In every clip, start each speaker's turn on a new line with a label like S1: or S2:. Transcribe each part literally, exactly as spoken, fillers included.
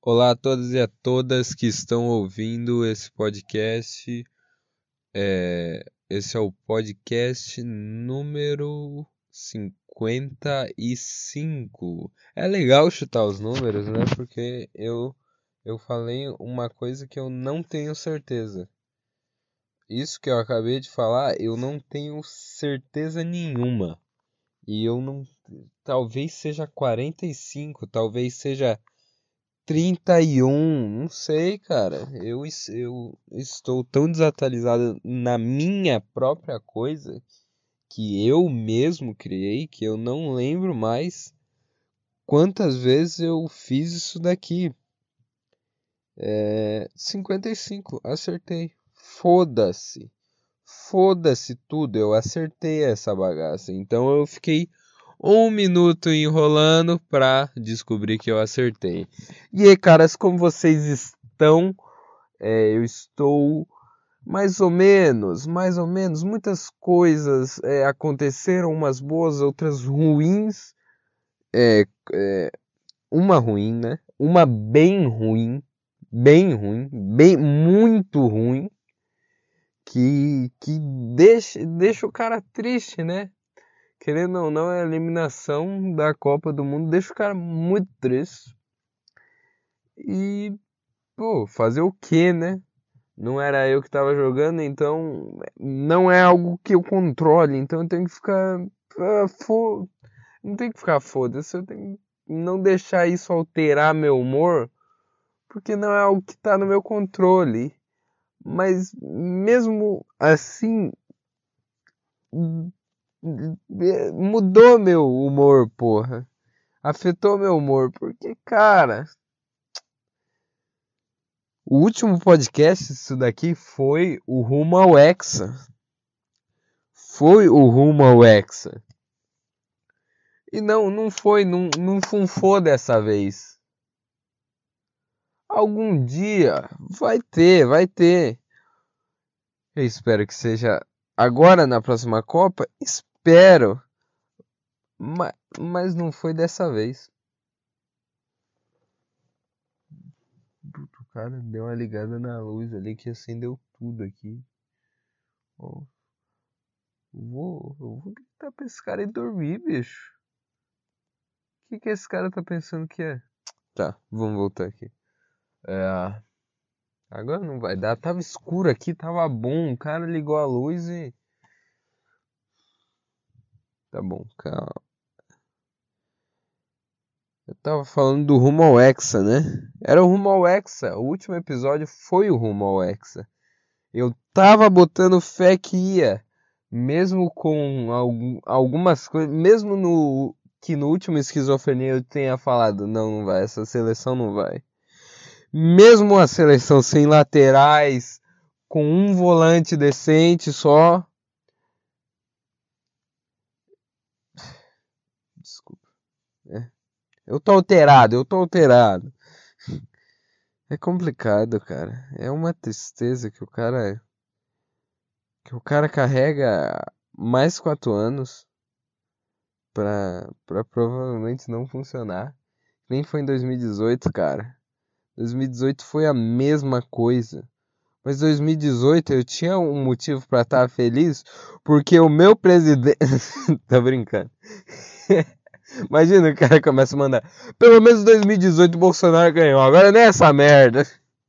S1: Olá a todos e a todas que estão ouvindo esse podcast. É, esse é o podcast número cinquenta e cinco. É legal chutar os números, né? Porque eu, eu falei uma coisa que eu não tenho certeza. Isso que eu acabei de falar, eu não tenho certeza nenhuma. E eu não. Talvez seja quarenta e cinco, talvez seja trinta e um, não sei, cara. Eu, eu estou tão desatualizado na minha própria coisa que eu mesmo criei que eu não lembro mais quantas vezes eu fiz isso daqui. É, cinquenta e cinco, acertei. Foda-se. Foda-se tudo, eu acertei essa bagaça. Então eu fiquei um minuto enrolando pra descobrir que eu acertei. E aí, caras, como vocês estão? É, eu estou mais ou menos, mais ou menos. Muitas coisas é, aconteceram, umas boas, outras ruins. É, é, uma ruim, né? Uma bem ruim, bem ruim, bem muito ruim. Que, que deixa, deixa o cara triste, né? Querendo ou não, a eliminação da Copa do Mundo deixa o cara muito triste. E, pô, fazer o quê, né? Não era eu que tava jogando, então não é algo que eu controle, então eu tenho que ficar. ah, fo... Não tem que ficar foda-se, eu tenho que não deixar isso alterar meu humor, porque não é algo que tá no meu controle. Mas mesmo assim, mudou meu humor, porra. Afetou meu humor, porque, cara, o último podcast, isso daqui, foi o Rumo ao Hexa. Foi o Rumo ao Hexa. E não, não foi, não, não funfou dessa vez. Algum dia vai ter, vai ter. Eu espero que seja agora na próxima Copa. Espero. Mas, mas não foi dessa vez. O cara deu uma ligada na luz ali que acendeu tudo aqui. Oh, eu vou, eu vou gritar pra esse cara e dormir, bicho. O que, que esse cara tá pensando que é? Tá, vamos voltar aqui. É, agora não vai dar. Tava escuro aqui, tava bom. O cara ligou a luz e. Tá bom, calma. Eu tava falando do Rumo ao Hexa, né? Era o Rumo ao Hexa. O último episódio foi o Rumo ao Hexa. Eu tava botando fé que ia. Mesmo com algum, algumas coisas. Mesmo no que no último Esquizofrenia eu tenha falado: não, não vai, essa seleção não vai. Mesmo a seleção sem laterais, com um volante decente só. Desculpa. É. Eu tô alterado, eu tô alterado. É complicado, cara. É uma tristeza que o cara. Que o cara carrega mais quatro anos pra, pra provavelmente não funcionar. Nem foi em dois mil e dezoito, cara. dois mil e dezoito foi a mesma coisa. Mas dois mil e dezoito eu tinha um motivo pra estar feliz, porque o meu presidente. Tá brincando. Imagina o cara começa a mandar. Pelo menos dois mil e dezoito o Bolsonaro ganhou. Agora não é essa merda.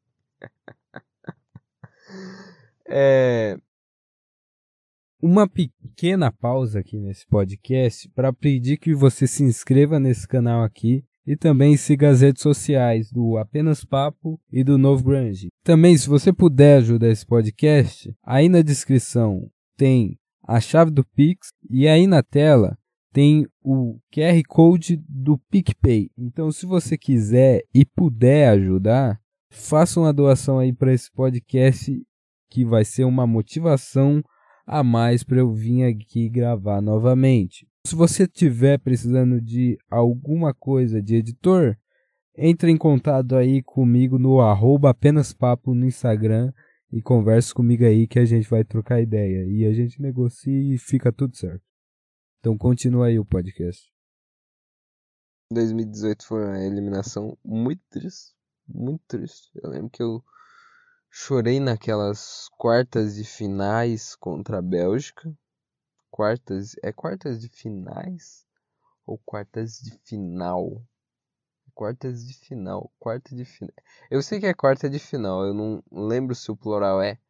S1: É.
S2: Uma pequena pausa aqui nesse podcast para pedir que você se inscreva nesse canal aqui e também siga as redes sociais do Apenas Papo e do Novo Grunge. Também, se você puder ajudar esse podcast, aí na descrição tem a chave do Pix e aí na tela tem o Q R Code do PicPay. Então, se você quiser e puder ajudar, faça uma doação aí para esse podcast que vai ser uma motivação a mais para eu vir aqui gravar novamente. Se você estiver precisando de alguma coisa de editor, entre em contato aí comigo no arroba apenas papo no Instagram e converse comigo aí que a gente vai trocar ideia e a gente negocia e fica tudo certo. Então continua aí o podcast.
S1: dois mil e dezoito foi uma eliminação muito triste. muito triste. Eu lembro que eu chorei naquelas quartas de finais contra a Bélgica. Quartas, é quartas de finais ou quartas de final? Quartas de final, quarta de final. Eu sei que é quarta de final, eu não lembro se o plural é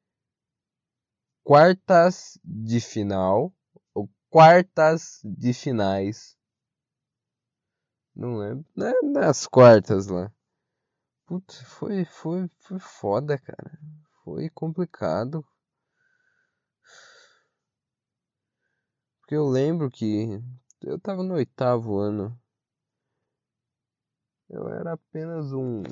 S1: quartas de final ou quartas de finais. Não lembro. Né, nas quartas lá. Putz, foi, foi, foi foda, cara. Foi complicado. Porque eu lembro que eu tava no oitavo ano. Eu era apenas um,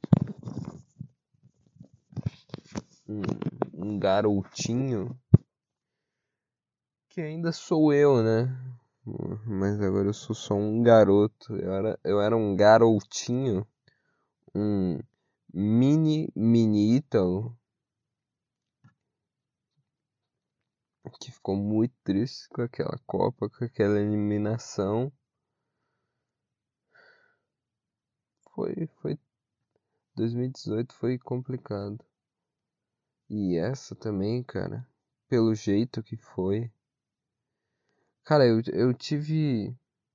S1: um, um garotinho. Que ainda sou eu, né? Mas agora eu sou só um garoto. Eu era, eu era um garotinho. Um mini, mini Ítalo. Que ficou muito triste com aquela Copa, com aquela eliminação. Foi, foi dois mil e dezoito foi complicado. E essa também, cara, pelo jeito que foi. Cara, eu, eu tive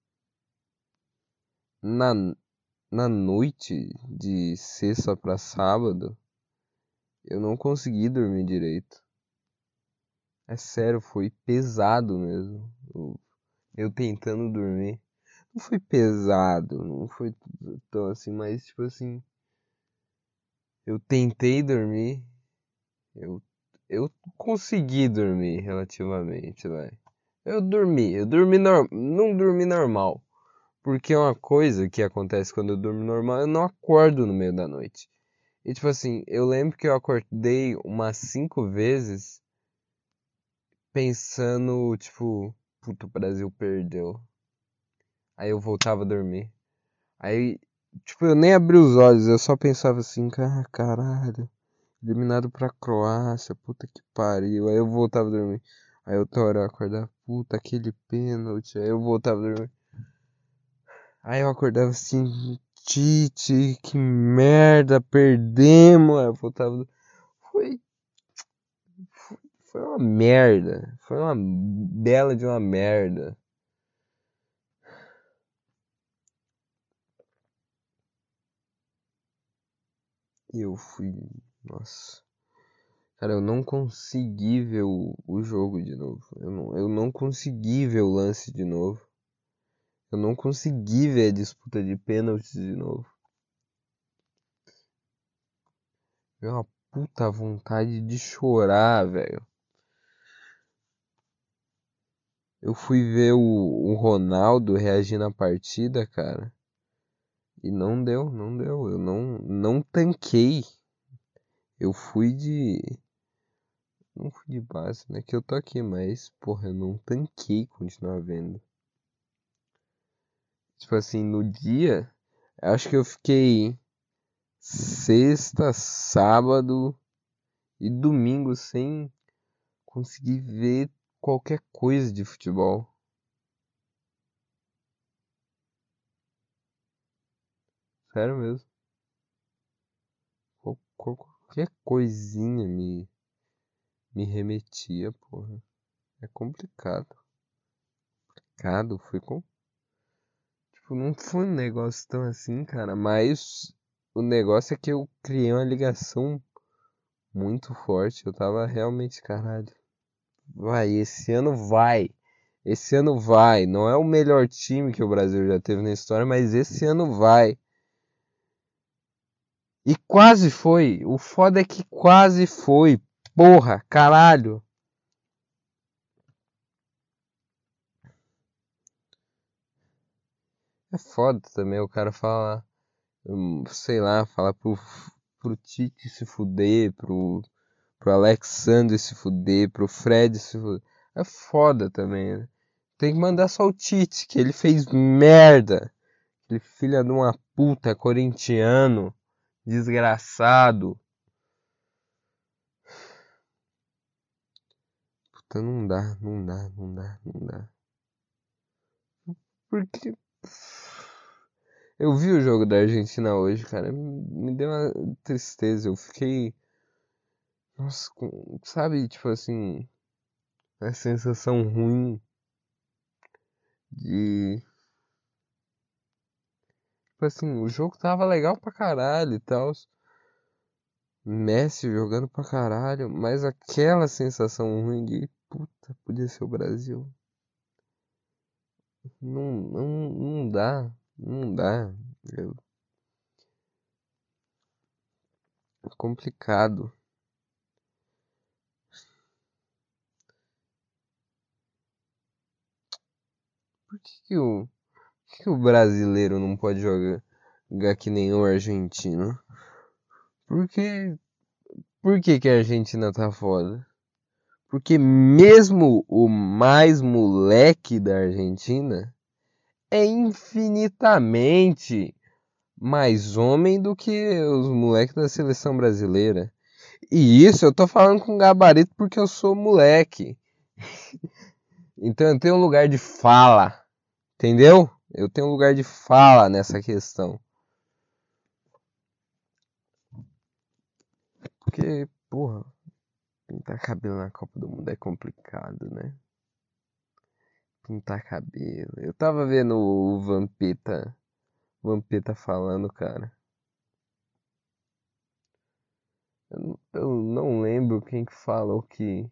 S1: na, na noite de sexta pra sábado, eu não consegui dormir direito. É sério, foi pesado mesmo. Eu, eu tentando dormir. Não foi pesado, não foi tão assim, mas tipo assim, eu tentei dormir. Eu, eu consegui dormir relativamente, vai. Eu dormi, eu dormi normal, não dormi normal. Porque é uma coisa que acontece quando eu durmo normal, eu não acordo no meio da noite. E tipo assim, eu lembro que eu acordei umas cinco vezes pensando, tipo, puto, o Brasil perdeu. Aí eu voltava a dormir. Aí, tipo, eu nem abri os olhos, eu só pensava assim, cara, caralho. Eliminado pra Croácia, puta que pariu. Aí eu voltava a dormir. Aí outra hora eu acordava, puta, aquele pênalti. Aí eu voltava a dormir. Aí eu acordava assim, Tite, que merda, perdemos. Aí eu voltava. Foi, foi, foi uma merda. Foi uma bela de uma merda. E eu fui. Nossa. Cara, eu não consegui ver o, o jogo de novo. Eu não, eu não consegui ver o lance de novo. Eu não consegui ver a disputa de pênaltis de novo. Deu uma puta vontade de chorar, velho. Eu fui ver o, o Ronaldo reagir na partida, cara. E não deu, não deu. Eu não, não tanquei. Eu fui de. Não fui de base, né? Que eu tô aqui, mas, porra, eu não tanquei continuar vendo. Tipo assim, no dia, acho que eu fiquei sexta, sábado e domingo sem conseguir ver qualquer coisa de futebol. Sério mesmo. Qual- qual- Qualquer coisinha me, me remetia, porra. É complicado. Complicado, foi com... Tipo, não foi um negócio tão assim, cara. Mas o negócio é que eu criei uma ligação muito forte. Eu tava realmente, caralho. Vai, esse ano vai. Esse ano vai. Não é o melhor time que o Brasil já teve na história, mas esse ano vai. E quase foi. O foda é que quase foi. Porra, caralho. É foda também o cara falar, hum, sei lá, falar pro, pro Tite se fuder, pro, pro Alexandre se fuder, pro Fred se fuder. É foda também, né? Tem que mandar só o Tite, que ele fez merda. Aquele filho de uma puta corintiano, desgraçado. Puta, não dá, não dá, não dá, não dá. Porque Eu vi o jogo da Argentina hoje, cara. Me deu uma tristeza. Eu fiquei. Nossa, com- sabe, tipo assim. A sensação ruim de. Tipo assim, o jogo tava legal pra caralho e tal. Messi jogando pra caralho. Mas aquela sensação ruim de. Puta, podia ser o Brasil. Não, não, não dá. Não dá. Eu- É complicado. Por que que o, por que que o brasileiro não pode jogar, jogar que nem o argentino? Por que, por que que a Argentina tá foda? Porque mesmo o mais moleque da Argentina é infinitamente mais homem do que os moleques da seleção brasileira. E isso eu tô falando com gabarito porque eu sou moleque. Então eu tenho um lugar de fala. Entendeu? Eu tenho um lugar de fala nessa questão. Porque, porra, pintar cabelo na Copa do Mundo é complicado, né? Pintar cabelo. Eu tava vendo o Vampeta, Vampeta falando, cara. Eu, não- eu não lembro quem que falou que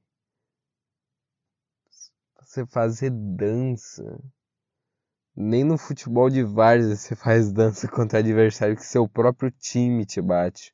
S1: você fazer dança. Nem no futebol de várzea você faz dança contra adversário que seu próprio time te bate.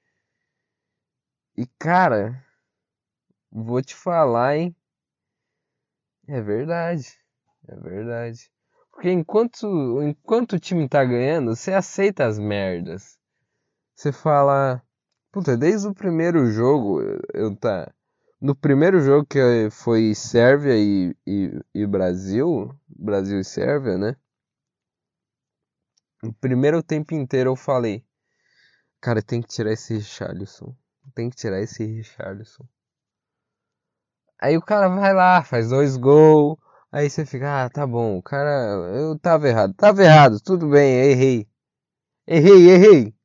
S1: E cara, vou te falar, hein? É verdade. É verdade. Porque enquanto, enquanto o time tá ganhando, você aceita as merdas. Você fala. Puta, desde o primeiro jogo, eu, eu tá. No primeiro jogo que foi Sérvia e, e, e Brasil, Brasil e Sérvia, né? No primeiro tempo inteiro eu falei, cara, tem que tirar esse Richarlison. Tem que tirar esse Richarlison. Aí o cara vai lá, faz dois gols. Aí você fica, ah, tá bom, o cara, eu tava errado. Tava errado, tudo bem, errei. Errei, errei.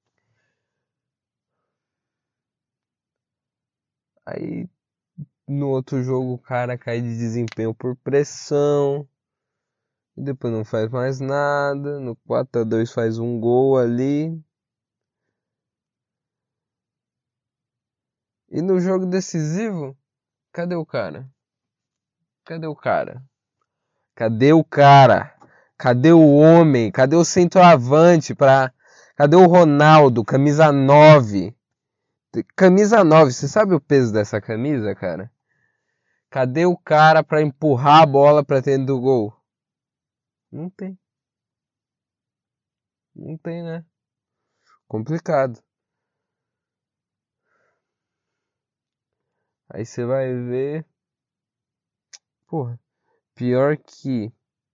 S1: Aí no outro jogo o cara cai de desempenho por pressão. E depois não faz mais nada. No quatro a dois faz um gol ali. E no jogo decisivo, cadê o cara? Cadê o cara? Cadê o cara? Cadê o homem? Cadê o centroavante pra... Cadê o Ronaldo, camisa nove? Camisa nove, você sabe o peso dessa camisa, cara? Cadê o cara pra empurrar a bola pra dentro do gol? Não tem. Não tem, né? Complicado. Aí você vai ver. Porra, pior que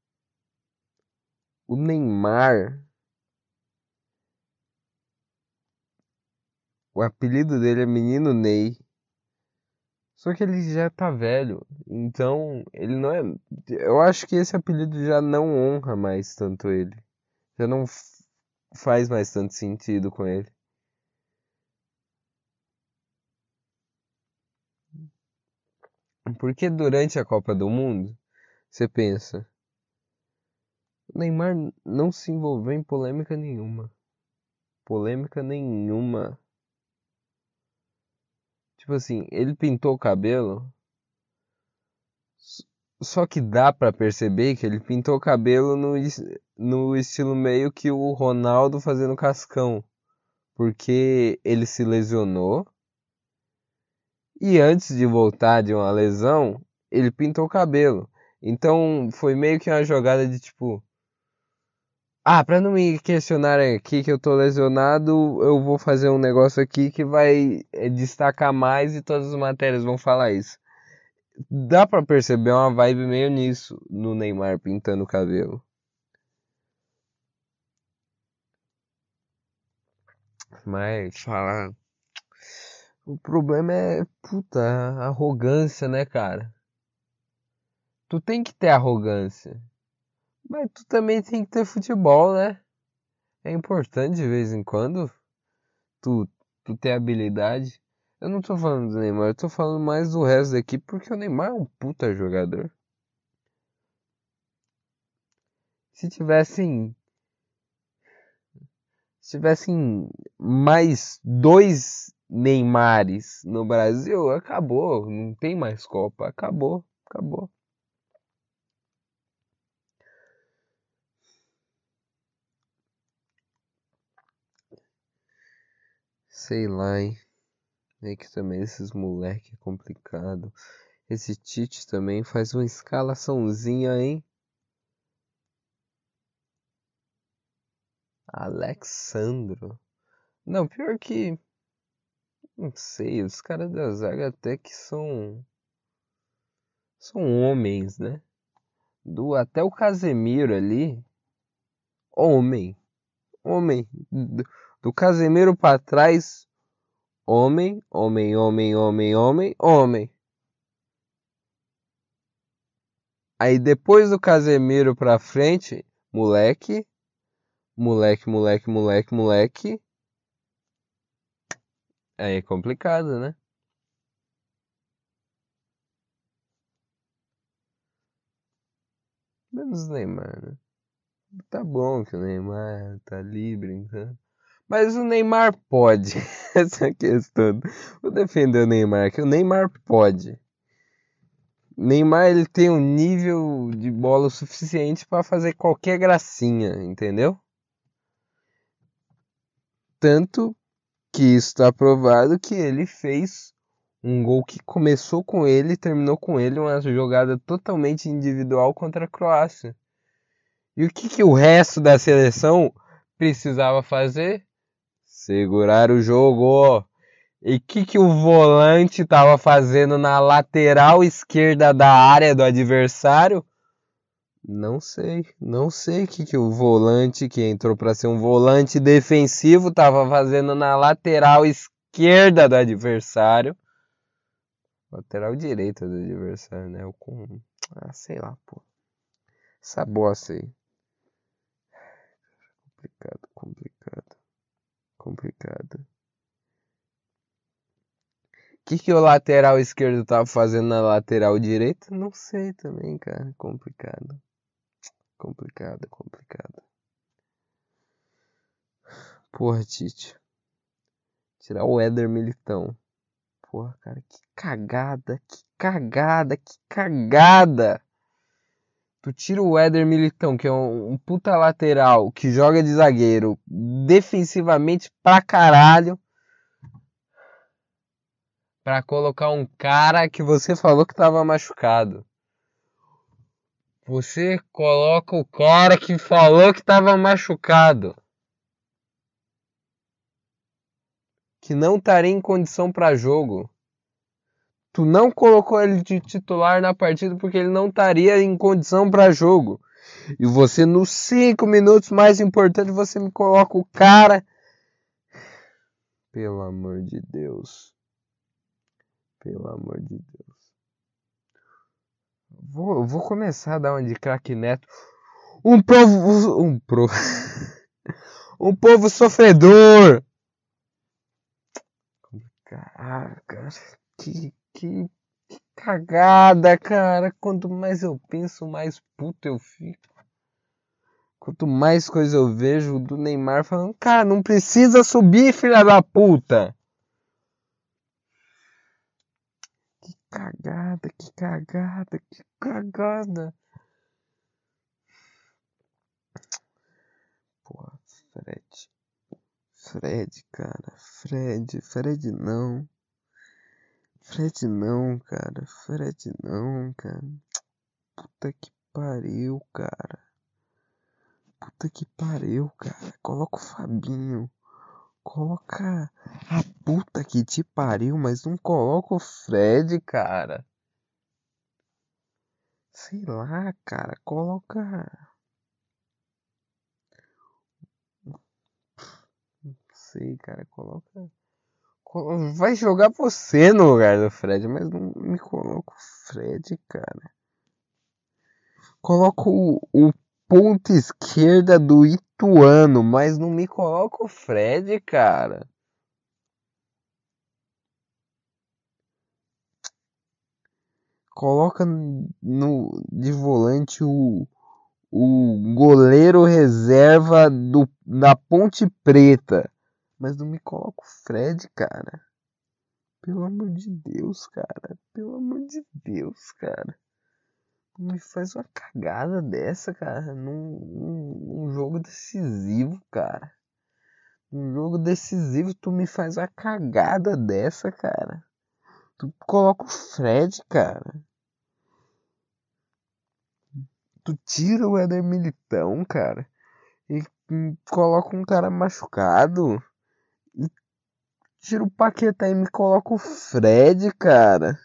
S1: o Neymar. O apelido dele é Menino Ney. Só que ele já tá velho. Então, ele não é. Eu acho que esse apelido já não honra mais tanto ele. Já não f- faz mais tanto sentido com ele. Porque durante a Copa do Mundo, você pensa. O Neymar não se envolveu em polêmica nenhuma. Polêmica nenhuma. Tipo assim, ele pintou o cabelo. s- Só que dá pra perceber que ele pintou o cabelo no, es- no estilo meio que o Ronaldo fazendo cascão. Porque ele se lesionou. E antes de voltar de uma lesão, ele pintou o cabelo. Então foi meio que uma jogada de tipo. Ah, pra não me questionarem aqui que eu tô lesionado, eu vou fazer um negócio aqui que vai eh, destacar mais e todas as matérias vão falar isso. Dá pra perceber uma vibe meio nisso no Neymar pintando o cabelo. Mas falar. O problema é, puta, a arrogância, né, cara? Tu tem que ter arrogância. Mas tu também tem que ter futebol, né? É importante de vez em quando tu, tu ter habilidade. Eu não tô falando do Neymar, eu tô falando mais do resto da equipe, porque o Neymar é um puta jogador. Se tivessem. Se tivessem mais dois Neymares no Brasil, acabou. Não tem mais Copa. Acabou, acabou. Sei lá, hein. É que também esses moleque é complicado. Esse Tite também faz uma escalaçãozinha, hein? Alexandro. Não, pior que. Não sei, os caras da zaga até que são. São homens, né? Do, até o Casemiro ali. Homem. Homem. Do, do Casemiro pra trás. Homem, homem, homem, homem, homem, homem. Aí depois do Casemiro pra frente, moleque. Moleque, moleque, moleque, moleque. Aí é complicado, né? Menos o Neymar, né? Tá bom que o Neymar tá ali brincando. Mas o Neymar pode. Essa é a questão. Vou defender o Neymar, que o Neymar pode. O Neymar ele tem um nível de bola suficiente para fazer qualquer gracinha, entendeu? Tanto que isso está provado que ele fez um gol que começou com ele e terminou com ele, uma jogada totalmente individual contra a Croácia. E o que, que o resto da seleção precisava fazer? Segurar o jogo. E o que, que o volante estava fazendo na lateral esquerda da área do adversário? Não sei, não sei o que, que o volante que entrou para ser um volante defensivo estava fazendo na lateral esquerda do adversário. Lateral direita do adversário, né? Com... Ah, sei lá, pô. Essa bosta aí. Complicado, complicado, complicado. O que, que o lateral esquerdo tava fazendo na lateral direita? Não sei também, cara. Complicado. Complicado, complicado. Porra, Tite. Tirar o Éder Militão. Porra, cara, que cagada, que cagada, que cagada. Tu tira o Éder Militão, que é um, um puta lateral, que joga de zagueiro, defensivamente pra caralho, pra colocar um cara que você falou que tava machucado. Você coloca o cara que falou que tava machucado. Que não estaria em condição para jogo. Tu não colocou ele de titular na partida porque ele não estaria em condição para jogo. E você, nos cinco minutos mais importantes, você me coloca o cara. Pelo amor de Deus. Pelo amor de Deus. Vou, vou começar a dar uma de craque Neto. Um povo. Um pro. Um povo sofredor. Caraca, que, que, que cagada, cara. Quanto mais eu penso, mais puto eu fico. Quanto mais coisa eu vejo do Neymar falando, cara, não precisa subir, filha da puta. Que cagada, que cagada, que cagada. Porra, Fred. Fred, cara. Fred, Fred não. Fred não, cara. Fred não, cara. Puta que pariu, cara. Puta que pariu, cara. Coloca o Fabinho. Coloca a puta que te pariu, mas não coloca o Fred, cara. Sei lá, cara. Coloca. Não sei, cara. Coloca. Vai jogar você no lugar do Fred, mas não me coloca o Fred, cara. Coloca o, o ponta esquerda do Ituano, mas não me coloca o Fred, cara. Coloca no, de volante o, o goleiro reserva do, da Ponte Preta. Mas não me coloca o Fred, cara. Pelo amor de Deus, cara. Pelo amor de Deus, cara. Não me faz uma cagada dessa, cara. Num, num, num jogo decisivo, cara. Num jogo decisivo, tu me faz uma cagada dessa, cara. Tu coloca o Fred, cara. Tu tira o Éder Militão, cara. E hum, coloca um cara machucado. E tira o Paquetá e me coloca o Fred, cara.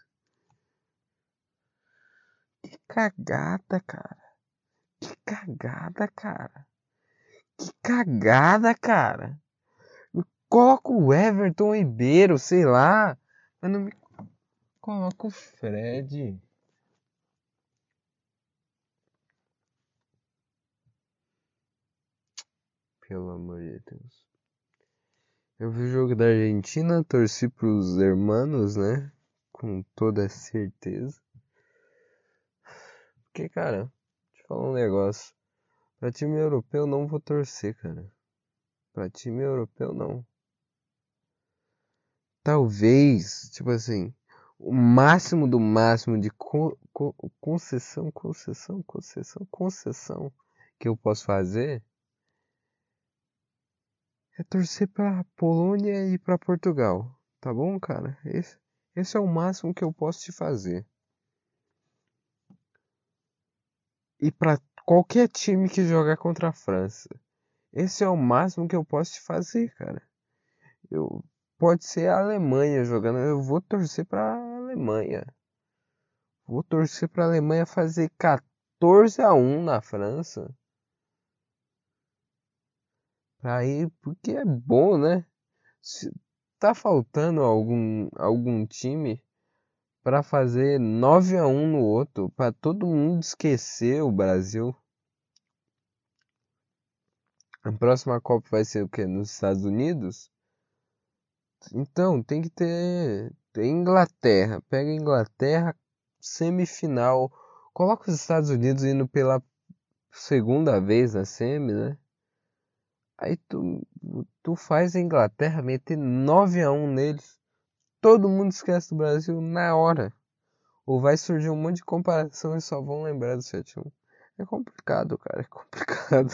S1: Que cagada, cara. Que cagada, cara. Que cagada, cara. Coloca o Everton Ribeiro, sei lá. Mas não me coloca o Fred. Pelo amor de Deus. Eu vi o jogo da Argentina, torci pros hermanos, né? Com toda certeza. Porque, cara, deixa eu falar um negócio. Pra time europeu não vou torcer, cara. Pra time europeu não. Talvez, tipo assim, o máximo do máximo de co co concessão, concessão, concessão, concessão que eu posso fazer é torcer pra Polônia e pra Portugal. Tá bom, cara? Esse, esse é o máximo que eu posso te fazer. E pra qualquer time que jogar contra a França. Esse é o máximo que eu posso te fazer, cara. Eu, pode ser a Alemanha jogando. Eu vou torcer pra Alemanha. Vou torcer pra Alemanha fazer quatorze a um na França. Pra ir, porque é bom, né? Se tá faltando algum, algum time pra fazer nove a um no outro, pra todo mundo esquecer o Brasil. A próxima Copa vai ser o quê? Nos Estados Unidos? Então, tem que ter, tem Inglaterra. Pega a Inglaterra, semifinal. Coloca os Estados Unidos indo pela segunda vez na semi, né? Aí tu, tu faz a Inglaterra meter nove a um neles. Todo mundo esquece do Brasil na hora. Ou vai surgir um monte de comparação e só vão lembrar do sete a um. É complicado, cara. É complicado.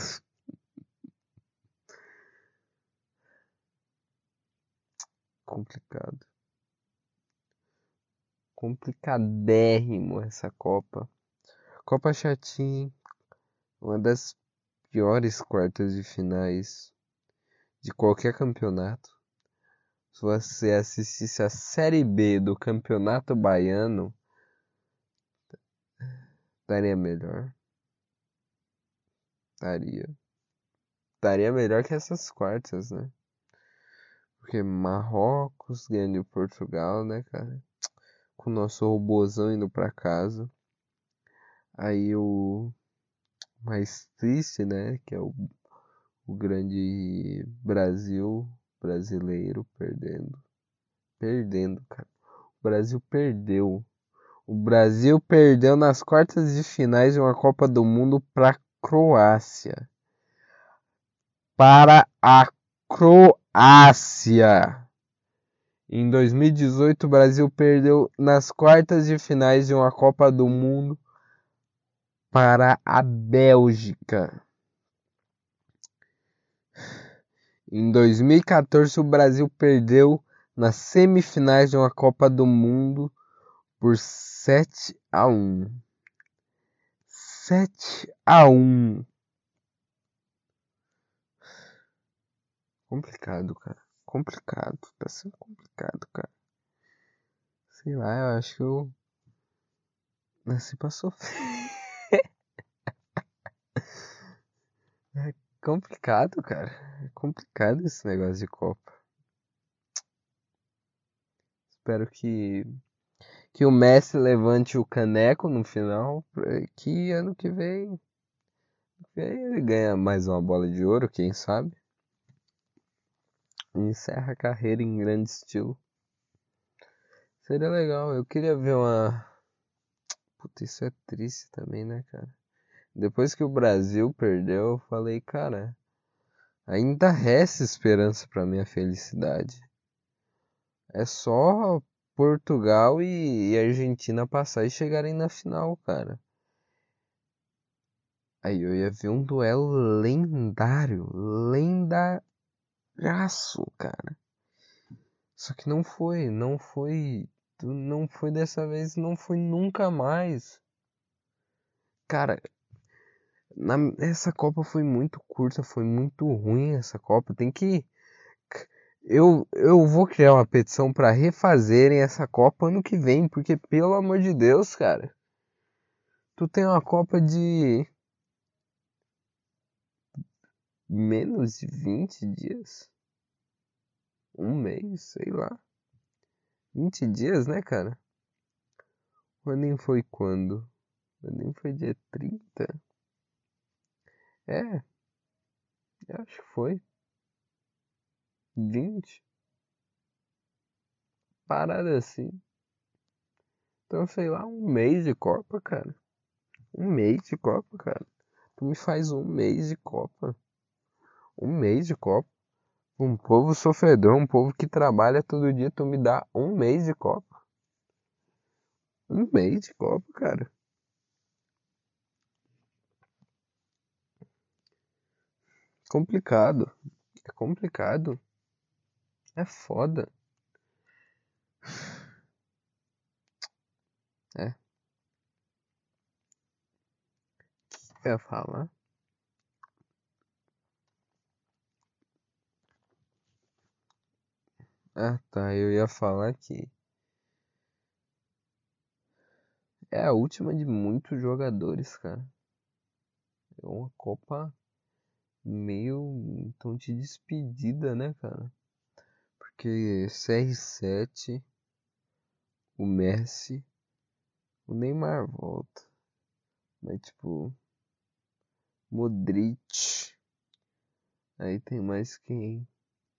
S1: Complicado. Complicadérrimo essa Copa. Copa chatinha. Uma das piores quartas de finais de qualquer campeonato. Se você assistisse a Série B do Campeonato Baiano, estaria melhor. Estaria. Estaria melhor que essas quartas, né? Porque Marrocos ganhando Portugal, né, cara? Com o nosso robozão indo pra casa. Aí o mais triste, né? Que é o, o grande Brasil brasileiro perdendo. Perdendo, cara. O Brasil perdeu. O Brasil perdeu nas quartas de finais de uma Copa do Mundo para Croácia. Para a Croácia. Em dois mil e dezoito, o Brasil perdeu nas quartas de finais de uma Copa do Mundo para a Bélgica. Em dois mil e quatorze, o Brasil perdeu nas semifinais de uma Copa do Mundo por sete a um. sete a um. Complicado, cara. Complicado. Tá sendo complicado, cara. Sei lá, eu acho que eu nasci pra sofrer. É complicado, cara. É complicado esse negócio de Copa. Espero que, que o Messi levante o caneco no final. Que ano que vem E aí ele ganha mais uma bola de ouro, quem sabe? E encerra a carreira em grande estilo. Seria legal, eu queria ver uma... Puta, isso é triste também, né, cara? Depois que o Brasil perdeu, eu falei, cara, ainda resta esperança pra minha felicidade. É só Portugal e, e Argentina passar e chegarem na final, cara. Aí eu ia ver um duelo lendário, lendaraço, cara. Só que não foi, não foi, não foi dessa vez, não foi nunca mais. Cara, na, essa Copa foi muito curta, foi muito ruim essa Copa. Tem que eu eu vou criar uma petição pra refazerem essa Copa ano que vem, porque pelo amor de Deus, cara, tu tem uma Copa de menos de vinte dias, um mês, sei lá. Vinte dias, né, cara? O Enem foi quando? O Enem foi dia trinta. É, eu acho que foi. Vinte. Parada assim. Então, sei lá, um mês de Copa, cara. Um mês de Copa, cara. Tu me faz um mês de Copa. Um mês de Copa. Um povo sofredor, um povo que trabalha todo dia, tu me dá um mês de Copa. Um mês de Copa, cara. Complicado. É complicado. É foda. É. O que eu ia falar? Ah, tá. Eu ia falar que é a última de muitos jogadores, cara. É uma Copa meio tom de despedida, né, cara? Porque C R sete, o Messi, o Neymar volta. Mas tipo, Modric. Aí tem mais quem?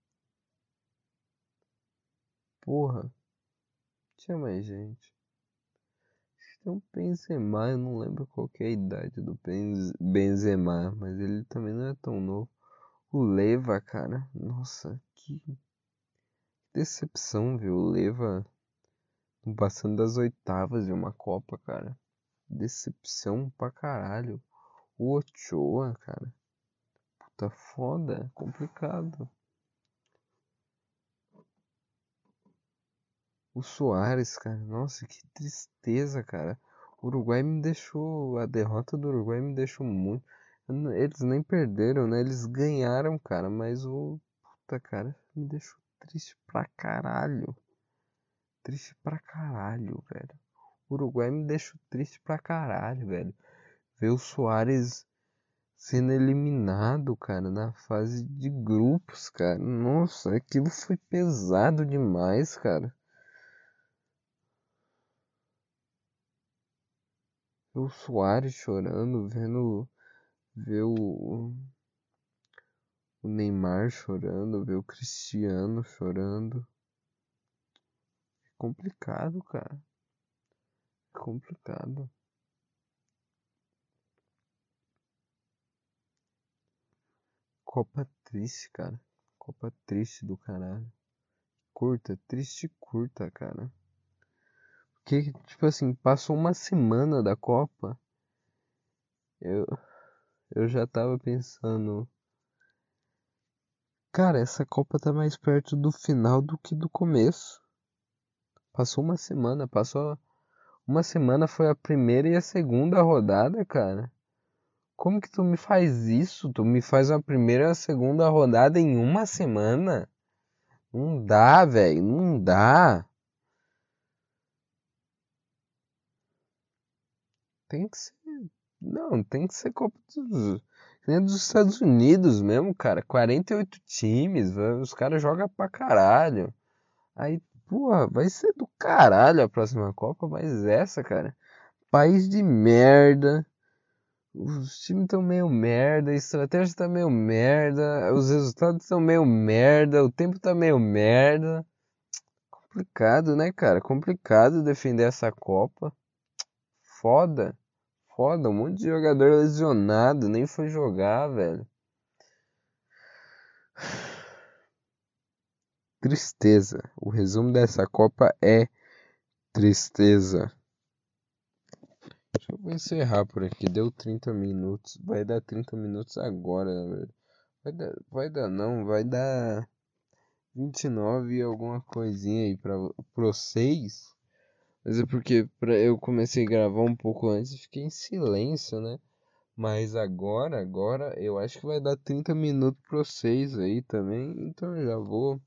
S1: Porra, tinha mais gente. Tem um Benzema, eu não lembro qual que é a idade do Benz- Benzema, mas ele também não é tão novo. O Leva, cara, nossa, que decepção, viu? O Leva passando das oitavas de uma Copa, cara. Decepção pra caralho. O Ochoa, cara. Puta foda, complicado. O Soares, cara. Nossa, que tristeza, cara. O Uruguai me deixou. A derrota do Uruguai me deixou muito. Eles nem perderam, né? Eles ganharam, cara. Mas o. Puta, cara. Me deixou triste pra caralho. Triste pra caralho, velho. O Uruguai me deixou triste pra caralho, velho. Ver o Soares sendo eliminado, cara, na fase de grupos, cara. Nossa, aquilo foi pesado demais, cara. Ver o Soares chorando, vendo, ver o, o Neymar chorando, ver o Cristiano chorando. É complicado, cara. É complicado. Copa triste, cara. Copa triste do caralho. Curta, triste e curta, cara. Porque, tipo assim, passou uma semana da Copa. Eu, eu já tava pensando. Cara, essa Copa tá mais perto do final do que do começo. Passou uma semana, passou. Uma semana foi a primeira e a segunda rodada, cara. Como que tu me faz isso? Tu me faz a primeira e a segunda rodada em uma semana? Não dá, velho, não dá. Tem que ser. Não, tem que ser Copa dos. Nem dos Estados Unidos mesmo, cara. quarenta e oito times, velho, os caras jogam pra caralho. Aí, porra, vai ser do caralho a próxima Copa, mas essa, cara. País de merda. os times estão meio merda, a estratégia tá meio merda, os resultados estão meio merda, o tempo tá meio merda. Complicado, né, cara? Complicado defender essa Copa. Foda. Foda, um monte de jogador lesionado, nem foi jogar, velho. Tristeza. O resumo dessa Copa é tristeza. Eu vou encerrar por aqui. Deu trinta minutos. Vai dar trinta minutos agora, velho. Vai dar, vai dar não, vai dar vinte e nove e alguma coisinha aí pra, pra vocês. Mas é porque pra, eu comecei a gravar um pouco antes e fiquei em silêncio, né? Mas agora, agora eu acho que vai dar trinta minutos pra vocês aí também. Então eu já vou.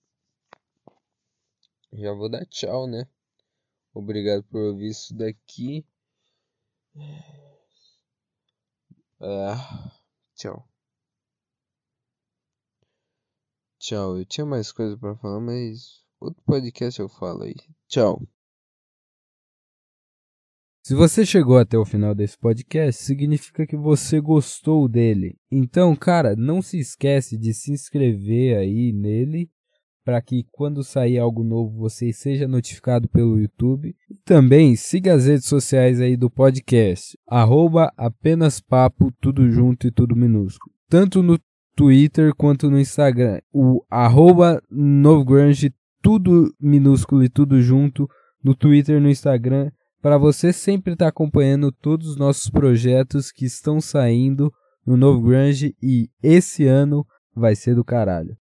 S1: Já vou dar tchau, né? Obrigado por ouvir isso daqui. Ah, tchau. Tchau. Eu tinha mais coisa pra falar, mas outro podcast eu falo aí. Tchau.
S2: Se você chegou até o final desse podcast, significa que você gostou dele. Então, cara, não se esquece de se inscrever aí nele, para que quando sair algo novo você seja notificado pelo YouTube. E também siga as redes sociais aí do podcast, arroba apenas papo, tudo junto e tudo minúsculo. Tanto no Twitter quanto no Instagram. O arroba Novgrunge, tudo minúsculo e tudo junto, no Twitter e no Instagram, para você sempre estar acompanhando todos os nossos projetos que estão saindo no Novgrunge, e esse ano vai ser do caralho.